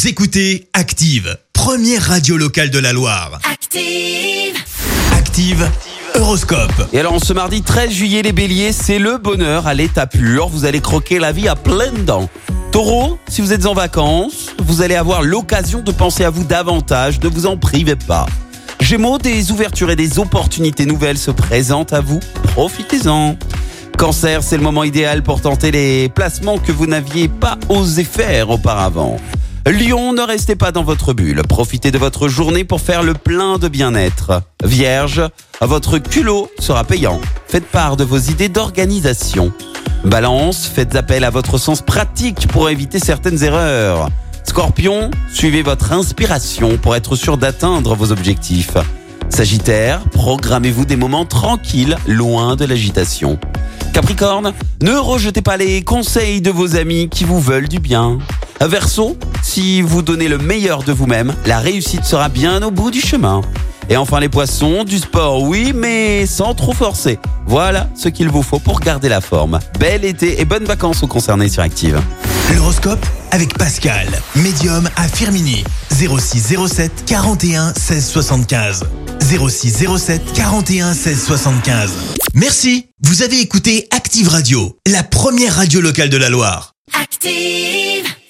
Vous écoutez Active, première radio locale de la Loire. Active. Active Horoscope. Et alors, ce mardi 13 juillet, les béliers, c'est le bonheur à l'état pur. Vous allez croquer la vie à pleines dents. Taureau, si vous êtes en vacances, vous allez avoir l'occasion de penser à vous davantage, ne vous en privez pas. Gémeaux, des ouvertures et des opportunités nouvelles se présentent à vous, profitez-en. Cancer, c'est le moment idéal pour tenter les placements que vous n'aviez pas osé faire auparavant. Lion, ne restez pas dans votre bulle, profitez de votre journée pour faire le plein de bien-être. Vierge, votre culot sera payant, faites part de vos idées d'organisation. Balance, faites appel à votre sens pratique pour éviter certaines erreurs. Scorpion, suivez votre inspiration pour être sûr d'atteindre vos objectifs. Sagittaire, programmez-vous des moments tranquilles, loin de l'agitation. Capricorne, ne rejetez pas les conseils de vos amis qui vous veulent du bien. Verseau, si vous donnez le meilleur de vous-même, la réussite sera bien au bout du chemin. Et enfin les poissons, du sport oui, mais sans trop forcer. Voilà ce qu'il vous faut pour garder la forme. Bel été et bonnes vacances aux concernés sur Active. L'horoscope avec Pascal, médium à Firminy. 06 07 41 16 75. 06 07 41 16 75. Merci. Vous avez écouté Active Radio, la première radio locale de la Loire. Active.